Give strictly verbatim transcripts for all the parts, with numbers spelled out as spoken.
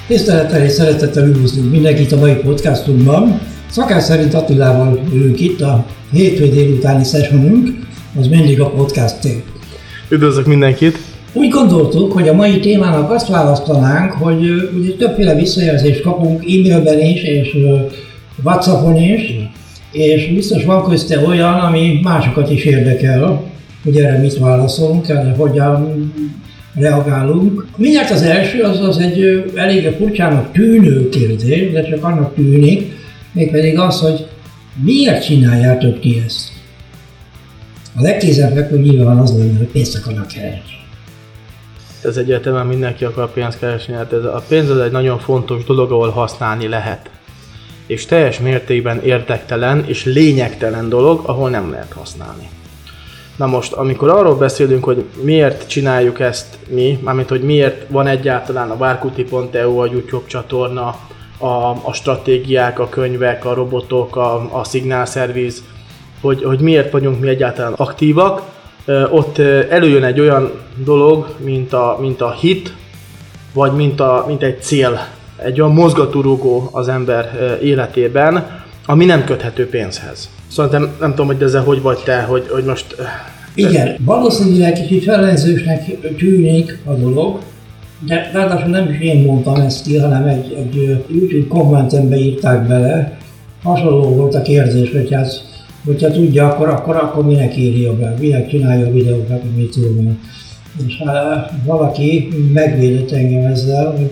Tisztelettel és szeretettel üdvözlünk mindenkit a mai podcastunkban. Szakás szerint Attilával ülünk itt, a hétfő délutáni sessionünk, az mindig a podcast tér. Üdvözlök mindenkit! Úgy gondoltuk, hogy a mai témának azt választanánk, hogy ugye többféle visszajelzést kapunk e-mailben is, és WhatsAppon is, és biztos van közte olyan, ami másokat is érdekel, hogy erre mit válaszolunk, erre hogyan reagálunk. Mindjárt az első, az, az egy elég furcsának tűnő kérdés, de csak annak tűnik, mégpedig az, hogy miért csináljátok ti ezt? A legkézenfekvőbb nyilván az lenne, hogy pénzt akarnak keresni. Ez egyértelműen mindenki akar pénzt keresni, hát ez a pénz az egy nagyon fontos dolog, ahol használni lehet. És teljes mértékben érdektelen és lényegtelen dolog, ahol nem lehet használni. Na most, amikor arról beszélünk, hogy miért csináljuk ezt mi, mármint hogy miért van egyáltalán a várkuti pont e u, a YouTube csatorna, a, a stratégiák, a könyvek, a robotok, a, a szignálszerviz, hogy, hogy miért vagyunk mi egyáltalán aktívak, ott előjön egy olyan dolog, mint a, mint a hit, vagy mint, a, mint egy cél, egy olyan mozgatórugó az ember életében, ami nem köthető pénzhez. Szóval nem, nem tudom, hogy ezzel hogy vagy te, hogy, hogy most... Igen, valószínűleg kicsit fellenzősnek tűnik a dolog, de ráadásul nem is én mondtam ezt ki, hanem egy, egy YouTube kommentembe írták bele. Hasonló volt a kérdés, hogy hát, hogyha tudja, akkor, akkor, akkor minek írja be, minek csinálja a videókat, mit tudom. És hát, valaki megvédett engem ezzel, hogy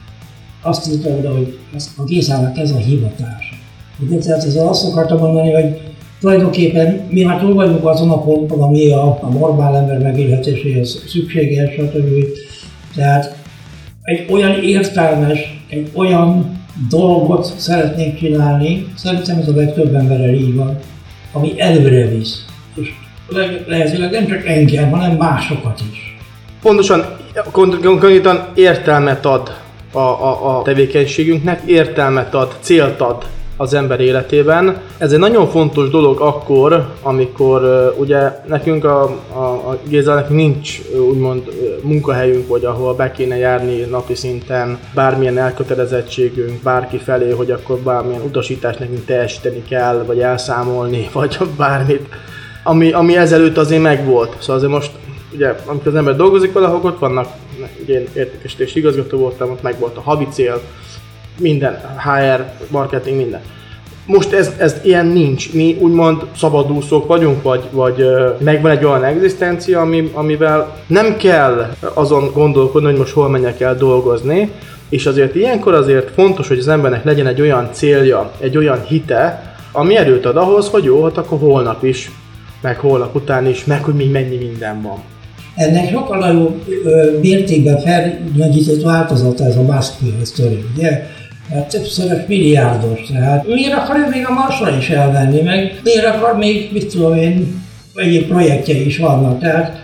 azt írta oda, hogy a Gézának ez a hivatása. De tehát ezzel azt akartam mondani, hogy tulajdonképpen mi már túl vagyunk azon a ponton, ami a, a normál ember megélhetéséhez szükséges, stb. Tehát egy olyan értelmes, egy olyan dolgot szeretnénk csinálni, szerintem ez a legtöbb emberrel így van, ami előre visz. És lehetőleg nem csak engem, hanem másokat is. Pontosan, konkrétan értelmet ad a, a, a tevékenységünknek, értelmet ad, célt ad az ember életében. Ez egy nagyon fontos dolog akkor, amikor uh, ugye nekünk a, a, a Gézának nincs úgymond munkahelyünk, vagy ahol be kéne járni napi szinten bármilyen elkötelezettségünk bárki felé, hogy akkor bármilyen utasítást nekünk teljesíteni kell, vagy elszámolni, vagy bármit, ami, ami ezelőtt azért megvolt. Szóval azért most, ugye, amikor az ember dolgozik valahol, ott vannak, ugye én értékesítési igazgató voltam, ott meg volt a havi cél, minden, há er, marketing, minden. Most ez, ez ilyen nincs. Mi úgymond szabadúszók vagyunk, vagy, vagy megvan egy olyan egzisztencia, ami, amivel nem kell azon gondolkodni, hogy most hol menjek el dolgozni, és azért ilyenkor azért fontos, hogy az embernek legyen egy olyan célja, egy olyan hite, ami erőt ad ahhoz, hogy jó, hát akkor holnap is, meg holnap után is, meg hogy még mennyi minden van. Ennek sokkal nagyobb mértékben felnagyított változata ez a Musk sztori, ugye? Hát többszörös milliárdos, tehát miért akar ő még a Marsra is elvenni, meg miért akar még, mit tudom én, egyéb projektjei is vannak, tehát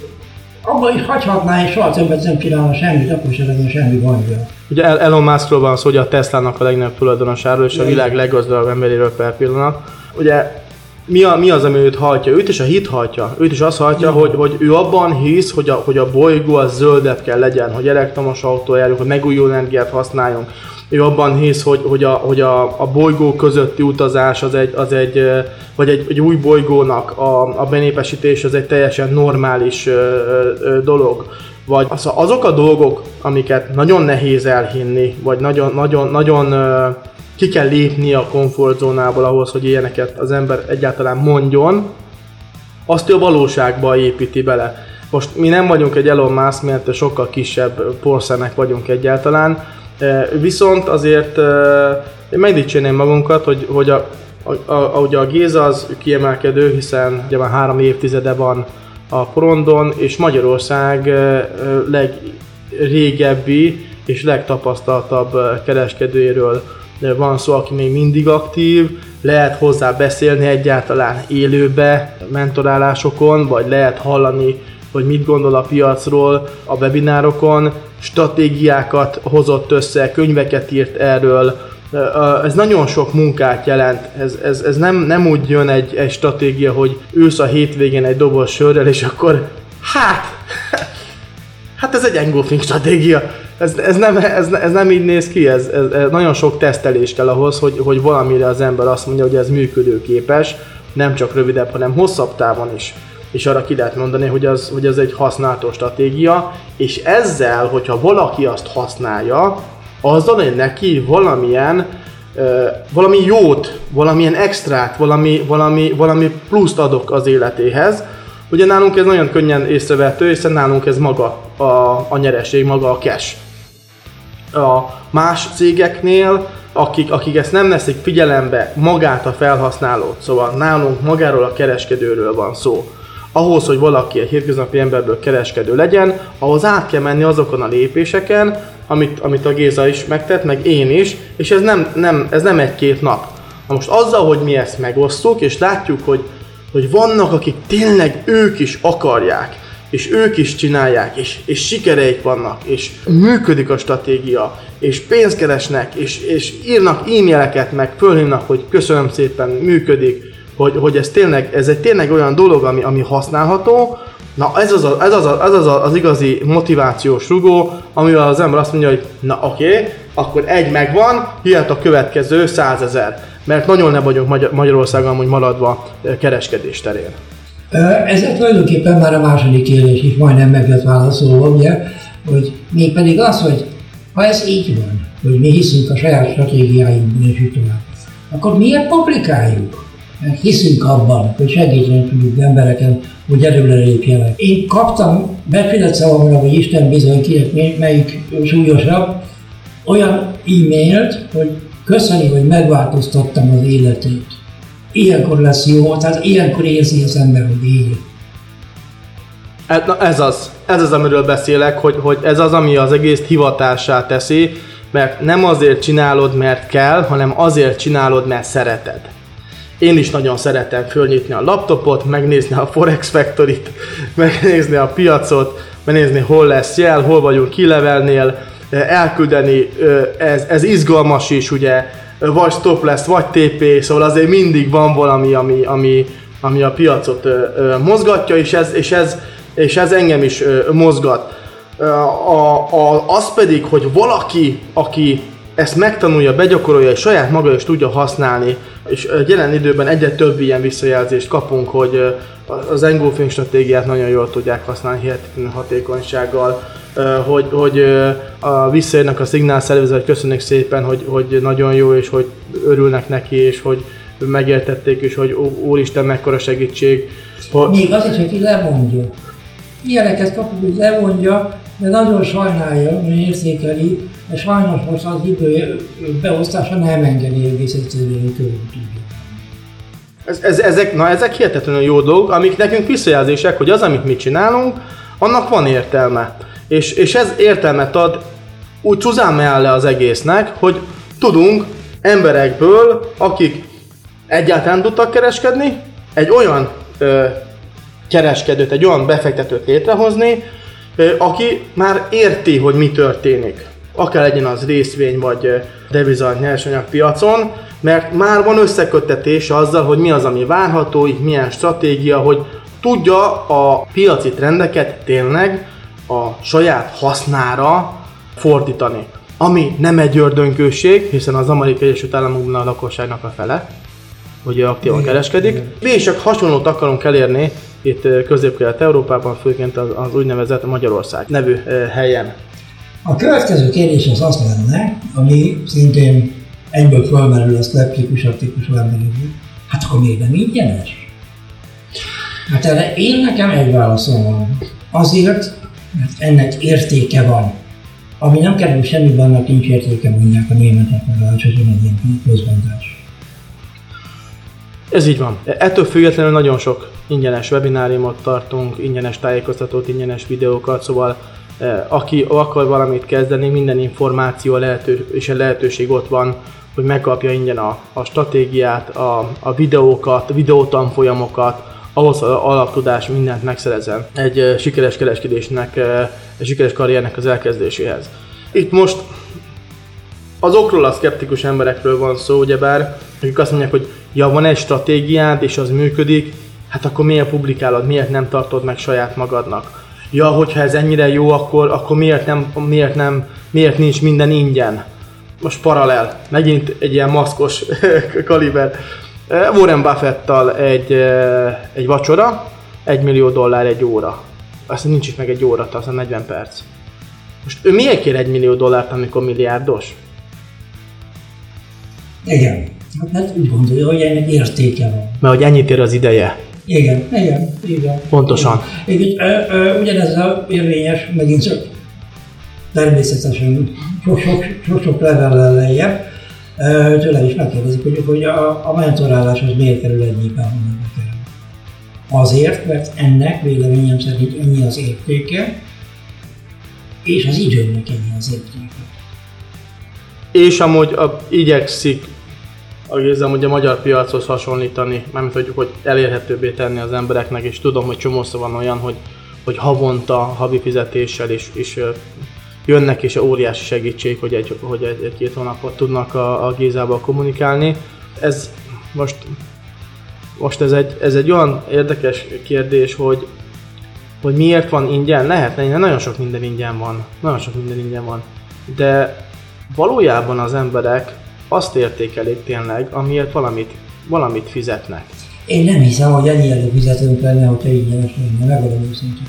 abban is hagyhatná, és soha többet nem csinálna semmit, akkor sem lenne semmi gondja. Ugye Elon Muskról van szó, hogy a Teslának a legnagyobb tulajdonosáról, és a világ leggazdagabb emberéről per pillanat. Ugye mi, a, mi az, ami őt hajtja? Őt is a hit hajtja. Őt is azt hajtja, hogy, hogy ő abban hisz, hogy a, hogy a bolygó az zöldebb kell legyen, hogy elektromos autó járjunk, hogy megújuló energiát használjunk. Ő abban hisz, hogy, hogy, a, hogy a, a bolygó közötti utazás az egy, az egy vagy egy, egy új bolygónak a, a benépesítés az egy teljesen normális ö, ö, dolog. Vagy az, azok a dolgok, amiket nagyon nehéz elhinni, vagy nagyon, nagyon, nagyon ö, ki kell lépni a komfortzónából ahhoz, hogy ilyeneket az ember egyáltalán mondjon, azt ő a valóságba építi bele. Most mi nem vagyunk egy Elon Musk, mert sokkal kisebb porszemek vagyunk egyáltalán, viszont azért megdicsérném magunkat, hogy, hogy a, a, a, a Géza az kiemelkedő, hiszen ugye már három évtizede van a porondon, és Magyarország legrégebbi és legtapasztaltabb kereskedőjéről van szó, aki még mindig aktív, lehet hozzá beszélni egyáltalán élőbe, mentorálásokon, vagy lehet hallani, hogy mit gondol a piacról a webinárokon, stratégiákat hozott össze, könyveket írt erről. Ez nagyon sok munkát jelent, ez, ez, ez nem, nem úgy jön egy, egy stratégia, hogy ülsz a hétvégén egy doboz sörrel, és akkor hát, hát ez egy engulfing stratégia. ez, ez, nem, ez, ez nem így néz ki, ez, ez, ez nagyon sok tesztelés kell ahhoz, hogy, hogy valamire az ember azt mondja, hogy ez működőképes, nem csak rövidebb, hanem hosszabb távon is. És arra ki lehet mondani, hogy az, hogy az egy használható stratégia, és ezzel, hogyha valaki azt használja, azzal, hogy neki valamilyen, uh, valami jót, valamilyen extrát, valami, valami, valami pluszt adok az életéhez. Ugye nálunk ez nagyon könnyen észrevehető, hiszen nálunk ez maga a, a nyereség, maga a cash. A más cégeknél, akik, akik ezt nem veszik figyelembe, magát a felhasználót, szóval nálunk magáról a kereskedőről van szó. Ahhoz, hogy valaki egy hétköznapi emberből kereskedő legyen, ahhoz át kell menni azokon a lépéseken, amit, amit a Géza is megtett, meg én is, és ez nem, nem, ez nem egy-két nap. Na most azzal, hogy mi ezt megosztjuk, és látjuk, hogy, hogy vannak, akik tényleg ők is akarják, és ők is csinálják, és, és sikereik vannak, és működik a stratégia, és pénzt keresnek, és, és írnak e-maileket, meg fölhívnak, hogy köszönöm szépen, működik, hogy, hogy ez tényleg, ez egy tényleg olyan dolog, ami, ami használható. Na ez az, a, ez, az, a, ez az a, az igazi motivációs rugó, amivel az ember azt mondja, hogy na oké, okay, akkor egy megvan, jöhet a következő százezer. Mert nagyon nem vagyunk Magyar- Magyarországon amúgy maradva kereskedés terén. Ezzel tulajdonképpen már a második kérdés is majdnem meg lett válaszolva, ugye, hogy mégpedig az, hogy ha ez így van, hogy mi hiszünk a saját stratégiáinkban és így tovább, akkor miért publikáljuk? Mert hiszünk abban, hogy segíteni tudjuk embereken, hogy előre lépjenek. Én kaptam befilet szavamra, hogy Isten bizony kinek melyik súlyosabb, olyan e-mailt, hogy köszöni, hogy megváltoztattam az életét. Ilyenkor lesz jó, tehát ilyenkor érzi az ember, hogy így. Na ez az, ez az, amiről beszélek, hogy, hogy ez az, ami az egész hivatássá teszi, mert nem azért csinálod, mert kell, hanem azért csinálod, mert szereted. Én is nagyon szeretem fölnyitni a laptopot, megnézni a Forex Factory-t, megnézni a piacot, megnézni, hol lesz jel, hol vagyunk kilevelnél, elküldeni, ez, ez izgalmas is, ugye, vagy stop lesz, vagy té pé, szóval azért mindig van valami, ami, ami, ami a piacot mozgatja, és ez, és ez, és ez engem is mozgat. A, a, az pedig, hogy valaki, aki ezt megtanulja, begyakorolja, és saját maga is tudja használni, és jelen időben egyre több ilyen visszajelzést kapunk, hogy az engulfing stratégiát nagyon jól tudják használni, hihetetlen hatékonysággal, hogy, hogy a visszajönnek a szignálszervezet, hogy köszönjük szépen, hogy, hogy nagyon jó, és hogy örülnek neki, és hogy megértették, és hogy úristen, mekkora segítség. Hogy... Még az is, hogy lemondja. Ilyeneket kapunk, hogy lemondja, de nagyon sajnálja, hogy érzékeli, de sajnos most az idő beosztása nem engedi egész egyszerűen körültűnni. Ez, ez, ezek, na ezek hihetetlenül jó dolgok, amik nekünk visszajelzések, hogy az, amit mi csinálunk, annak van értelme. És, és ez értelmet ad, úgy Cuzán áll le az egésznek, hogy tudunk emberekből, akik egyáltalán tudtak kereskedni, egy olyan ö, kereskedőt, egy olyan befektetőt létrehozni, ö, aki már érti, hogy mi történik. Akár legyen az részvény vagy deviza nyersanyagpiacon, mert már van összeköttetés azzal, hogy mi az, ami várható, milyen stratégia, hogy tudja a piaci trendeket tényleg a saját hasznára fordítani. Ami nem egy ördöngőség, hiszen az Amerikai Egyesült Államokban a lakosságnak a fele, hogy aktívan kereskedik. Mi is csak hasonlót akarunk elérni itt Közép-Kelet-Európában, főként az, az úgynevezett Magyarország nevű helyen. A következő kérdés az az lenne, ami szintén egyből fölmerül a szkeptikusabb típusú emberekből. Hát akkor miért nem ingyenes? Hát erre én nekem egy válaszom van. Azért, mert ennek értéke van. Ami nem kerül semmiben, annak nincs értéke, mondják a németek, meg a sosem egy ilyen közbentás. Ez így van. Ettől függetlenül nagyon sok ingyenes webináriumot tartunk, ingyenes tájékoztatót, ingyenes videókat, szóval aki akar valamit kezdeni, minden információ lehető, és a lehetőség ott van, hogy megkapja ingyen a, a stratégiát, a, a videókat, a videótanfolyamokat, ahhoz az alaptudás mindent megszerezzen egy uh, sikeres kereskedésnek, uh, egy sikeres karriernek az elkezdéséhez. Itt most azokról a szkeptikus emberekről van szó, ugyebár, akik azt mondják, hogy ja, van egy stratégiád és az működik, hát akkor miért publikálod, miért nem tartod meg saját magadnak? ja, hogyha ez ennyire jó, akkor, akkor miért, nem, miért, nem, miért nincs minden ingyen? Most paralel, megint egy ilyen maszkos kaliber. Warren Buffettal egy, egy vacsora, egy millió dollár egy óra. Aztán nincs is meg egy óra, aztán negyven perc. Most ő miért kér egy millió dollárt, amikor milliárdos? Igen, hát úgy gondolja, hogy ennek értéke van. Mert hogy ennyit ér az ideje. Igen, igen, igen. Pontosan. Igen, ö, ö, ugyanez a érvényes, megint csak természetesen sok-sok levellel lejjebb. Tőle is megkérdezik, hogy, hogy a, a mentorálás az miért kerül ennyiben. Azért, mert ennek véleményem szerint ennyi az értéke, és az időnek ennyi az értéke. És amúgy a, igyekszik érzem, hogy a magyar piachoz hasonlítani, mármint hogy, hogy elérhetőbbé tenni az embereknek, és tudom, hogy csomószor van olyan, hogy, hogy havonta, havi fizetéssel is, is jönnek, és óriási segítség, hogy egy, hogy egy, egy-két hónapot tudnak a, a Gézával kommunikálni. Ez most, most ez, egy, ez egy olyan érdekes kérdés, hogy, hogy miért van ingyen? Lehetne ingyen, nagyon sok minden ingyen van, nagyon sok minden ingyen van, de valójában az emberek azt értékelik tényleg, amiért valamit, valamit fizetnek. Én nem hiszem, hogy ennyi előfizetőnk lenne, hogyha ingyenes lenne, megadom őszintén.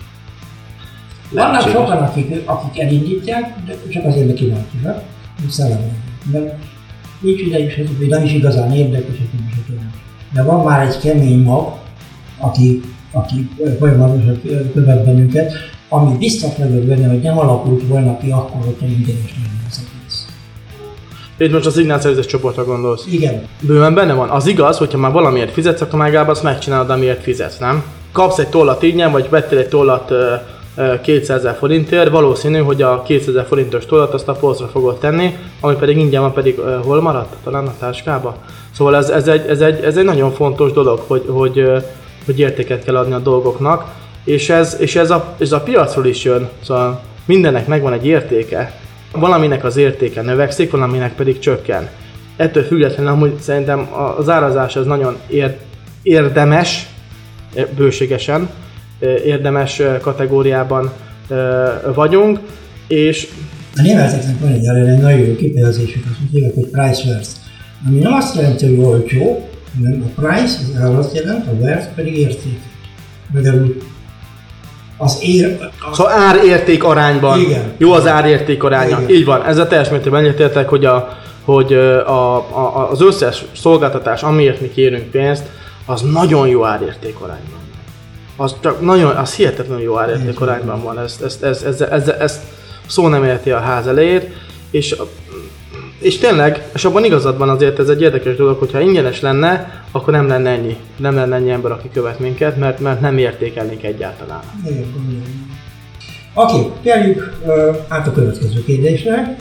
Vannak sokan, akik, akik elindítják, de csak azért, mert kíváncsiak, hogy szellemben. De nincs idejük, hogy nem is igazán érdekes, hogy de van már egy kemény mag, aki, aki folyamatosan követ bennünket, ami biztos vagyok benne, hogy nem alakult volna ki akkor, hogyha ingyenes lenne az egész. Itt most a szignálszerzés csoportra gondolsz? Igen. Bőven benne van. Az igaz, hogyha már valamiért fizetsz, akkor már azt megcsinálod, amiért fizetsz, nem? Kapsz egy tollat ingyen, vagy vettél egy tollat kétszázezer forintért, valószínű, hogy a kétszázezer forintos tollat azt a polcra fogod tenni, ami pedig ingyen van, pedig uh, hol maradt? Talán a táskába? Szóval ez, ez, egy, ez, egy, ez egy nagyon fontos dolog, hogy, hogy, hogy értéket kell adni a dolgoknak, és ez, és ez, a, ez a piacról is jön, szóval mindennek megvan egy értéke. Valaminek az értéke növekszik, valaminek pedig csökken. Ettől függetlenül amúgy szerintem az árazás az nagyon ér, érdemes, bőségesen, érdemes kategóriában vagyunk, és... A németeknek van egy előre nagyon jó kifejezésük, azt mondják, hogy price verse, ami nem azt jelenti, hogy olcsó, hanem a price az azt jelenti, a verse pedig érték. Magyarul az ér... A... Szóval ár-érték arányban. Igen. Jó az ár-érték aránya. Igen. Így van, ezzel teljes mértékben egyetértek, hogy, a, hogy a, a, az összes szolgáltatás, amiért mi kérünk pénzt, az nagyon jó ár-érték arányban. Az csak nagyon, az hihetetlenül jó ár-érték arányban van, ezt, ezt, ezt, ezt, ezt, ezt szó nem érti a ház elejét, és, és tényleg, és abban igazad van azért, ez egy érdekes dolog, hogyha ingyenes lenne, akkor nem lenne ennyi, nem lenne ennyi ember, aki követ minket, mert, mert nem értékelnék egyáltalán. Oké, okay, térjük uh, át a következő kérdésre.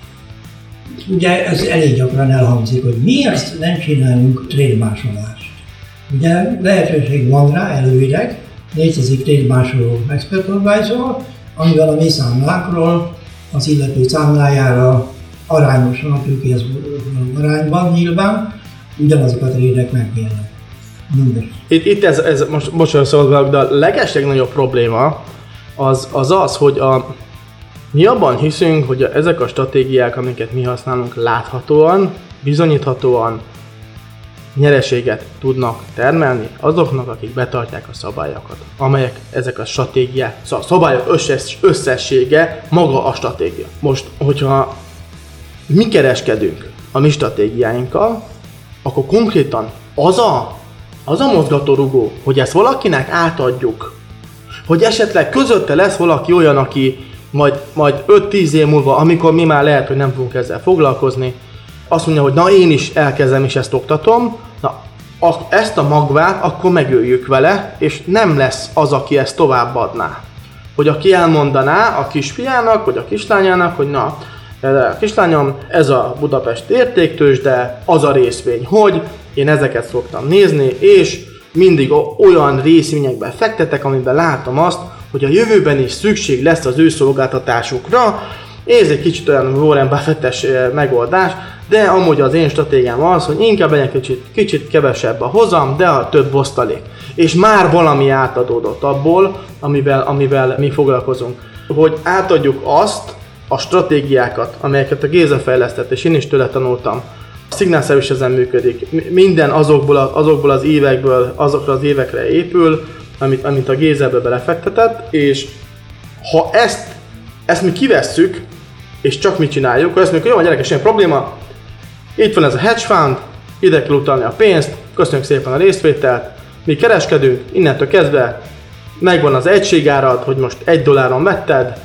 Ugye ez elég gyakran elhangzik, hogy miért nem csinálunk trade-másolást. Ugye lehetőség van rá előileg, létezik trade-másoló expert advisor, amivel a mi számlákról az illető számlájára arányosan a tőkéhez arányban nyilván ugyanazok a trédek megjelennek. Itt, itt ez, ez most bocsánat szólok, de a legeslegnagyobb probléma az, az az, hogy a, mi abban hiszünk, hogy a, ezek a stratégiák, amiket mi használunk láthatóan, bizonyíthatóan nyereséget tudnak termelni azoknak, akik betartják a szabályokat, amelyek ezek a stratégiák, szóval a szabályok összes, összessége maga a stratégia. Most, hogyha mi kereskedünk a mi stratégiáinkkal, akkor konkrétan az a, az a mozgatórugó, hogy ezt valakinek átadjuk, hogy esetleg közötte lesz valaki olyan, aki majd, majd öt-tíz év múlva, amikor mi már lehet, hogy nem fogunk ezzel foglalkozni, azt mondja, hogy na én is elkezdem és ezt oktatom, na a, ezt a magvát akkor megöljük vele, és nem lesz az, aki ezt továbbadná. Hogy aki elmondaná a kisfiának, vagy a kislányának, hogy na, a kislányom, ez a Budapest értéktőzsde, az a részvény, hogy én ezeket szoktam nézni, és mindig olyan részvényekben fektetek, amiben látom azt, hogy a jövőben is szükség lesz az ő szolgáltatásukra. Ez egy kicsit olyan Warren Buffett-es megoldás, de amúgy az én stratégiám az, hogy inkább legyen kicsit, kicsit kevesebb a hozam, de a több osztalék. És már valami átadódott abból, amivel, amivel mi foglalkozunk. Hogy átadjuk azt, a stratégiákat, amelyeket a Géza fejlesztett, és én is tőle tanultam. A Signal Service ezen működik. Minden azokból, a, azokból az évekből, azokra az évekre épül, amit, amit a Géza ebbe belefektetett, és ha ezt, ezt mi kivesszük, és csak mit csináljuk, akkor azt mondjuk, hogy jó, gyerekek, semmi probléma, itt van ez a hedge fund, ide kell utalni a pénzt, köszönjük szépen a részvételt, mi kereskedünk, innentől kezdve megvan az egységárad, hogy most egy dolláron vetted,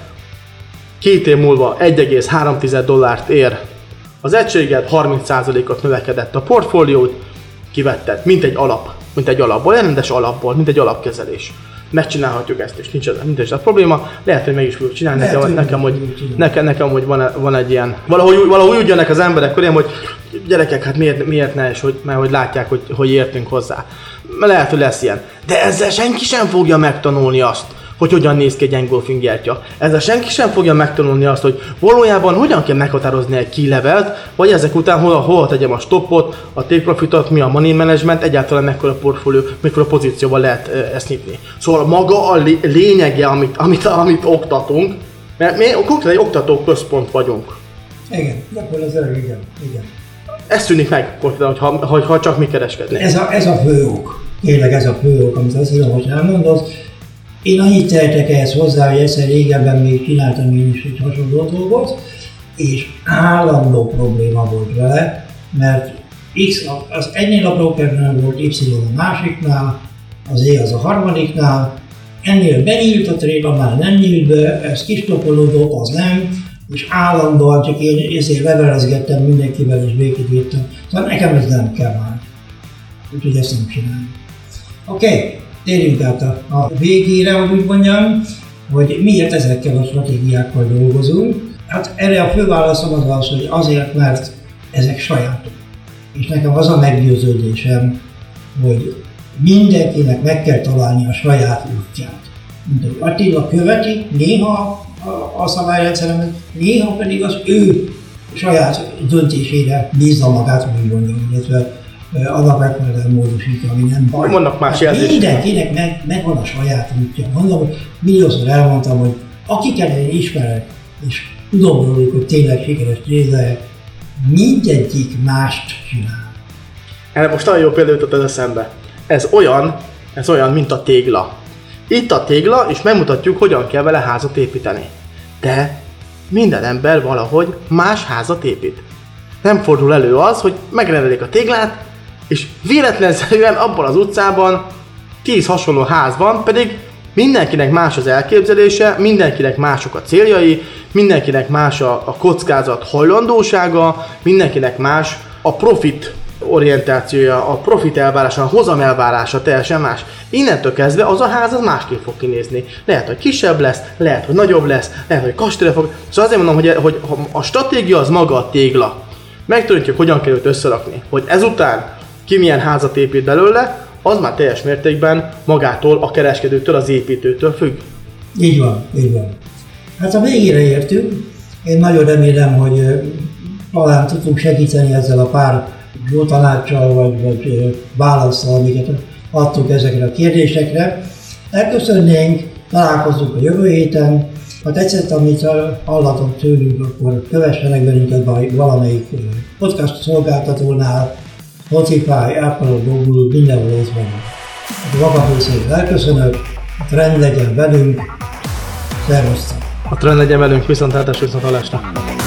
két év múlva egy egész három dollárt ér az egységed, harminc százalékot növekedett a portfóliót, kivetted, mint egy alap, mint egy alapból, rendes alapból, mint egy alapkezelés. Megcsinálhatjuk ezt, és nincs ez, nincs ez a probléma, lehet, hogy meg is fogjuk csinálni, lehet, nekem, nekem, hogy, nekem, nekem, hogy van, van egy ilyen, valahogy, valahogy úgy jönnek az emberek körém, hogy gyerekek, hát miért, miért ne, és hogy, mert hogy látják, hogy, hogy értünk hozzá. Lehet, hogy lesz ilyen, de ezzel senki sem fogja megtanulni azt, hogy hogyan néz ki egy engulfing gyertya. Ezzel senki sem fogja megtanulni azt, hogy valójában hogyan kell meghatározni egy key levelt, vagy ezek után hol, hol tegyem a stopot, a take profitot, mi a money management, egyáltalán mekkora portfólió, mekkora pozícióval lehet ezt nyitni. Szóval maga a lényege, amit, amit, amit oktatunk, mert mi konkrétan egy oktató központ vagyunk. Igen, gyakorlatilag igen, igen. Ez tűnik meg, ha, ha, ha csak mi kereskednénk. Ez a, ez a fő ok. Tényleg ez a fő ok, amit azt hiszem, hogy elmondasz. Én annyit tehetek ehhez hozzá, hogy egyszer régebben még csináltam én is egy hasonló dolgot, és állandó probléma volt vele, mert X az egynél a brokernél volt, Y a másiknál, az E az a harmadiknál, ennél benyílt a trade, már nem nyílt be, ez kistopolódott, az nem, és állandóan csak én ezért levelezgettem mindenkivel és békét írtam. Szóval nekem ez nem kell már. Úgyhogy ezt nem csinálom. Oké. Okay. Térjünk át a, a végére, hogy úgy mondjam, hogy miért ezekkel a stratégiákkal dolgozunk. Hát erre a fő válaszom az az, hogy azért, mert ezek sajátok. És nekem az a meggyőződésem, hogy mindenkinek meg kell találni a saját útját. Mint hogy Attila követi néha a, a szabályrendszeremet, néha pedig az ő saját döntésére bízza magát, úgy mondjam, illetve annak megfelelően módosítja, ami nem baj. Vannak más jelzések. Mindenkinek meg, megvan a saját útja. Mondom, hogy milliószor elmondtam, hogy akiket én ismerek, és tudom róluk, hogy tényleg sikeres tréderek, mindegyik mást csinál. Erre most nagyon jó példa jutott az eszembe. Ez olyan, ez olyan, mint a tégla. Itt a tégla, és megmutatjuk, hogyan kell vele házat építeni. De minden ember valahogy más házat épít. Nem fordul elő az, hogy megrendelik a téglát, és véletlenszerűen abban az utcában tíz hasonló ház van, pedig mindenkinek más az elképzelése, mindenkinek mások a céljai, mindenkinek más a, a kockázat hajlandósága, mindenkinek más a profit orientációja, a profit elvárása, a hozam elvárása teljesen más. Innentől kezdve az a ház az másképp fog kinézni. Lehet, hogy kisebb lesz, lehet, hogy nagyobb lesz, lehet, hogy kastélyra fog. Szóval azért mondom, hogy, hogy a stratégia az maga a tégla. Megtanítjuk, hogyan kell őt összerakni. Hogy ezután ki milyen házat épít belőle, az már teljes mértékben magától, a kereskedőtől, az építőtől függ. Így van, így van. Hát a végére értünk. Én nagyon remélem, hogy talán tudunk segíteni ezzel a pár jó tanácssal, vagy, vagy válaszsal, amiket adtunk ezekre a kérdésekre. Elköszönnénk, találkozunk a jövő héten. Ha tetszett, amit hallatok tőlünk, akkor kövessenek bennünket valamelyik podcast szolgáltatónál, Spotify, Apple, Google, mindenhol ott van. A vakafőszéről elköszönök, a trend legyen velünk, szervusztok! A trend legyen velünk, viszontlátásra, viszonthallásra!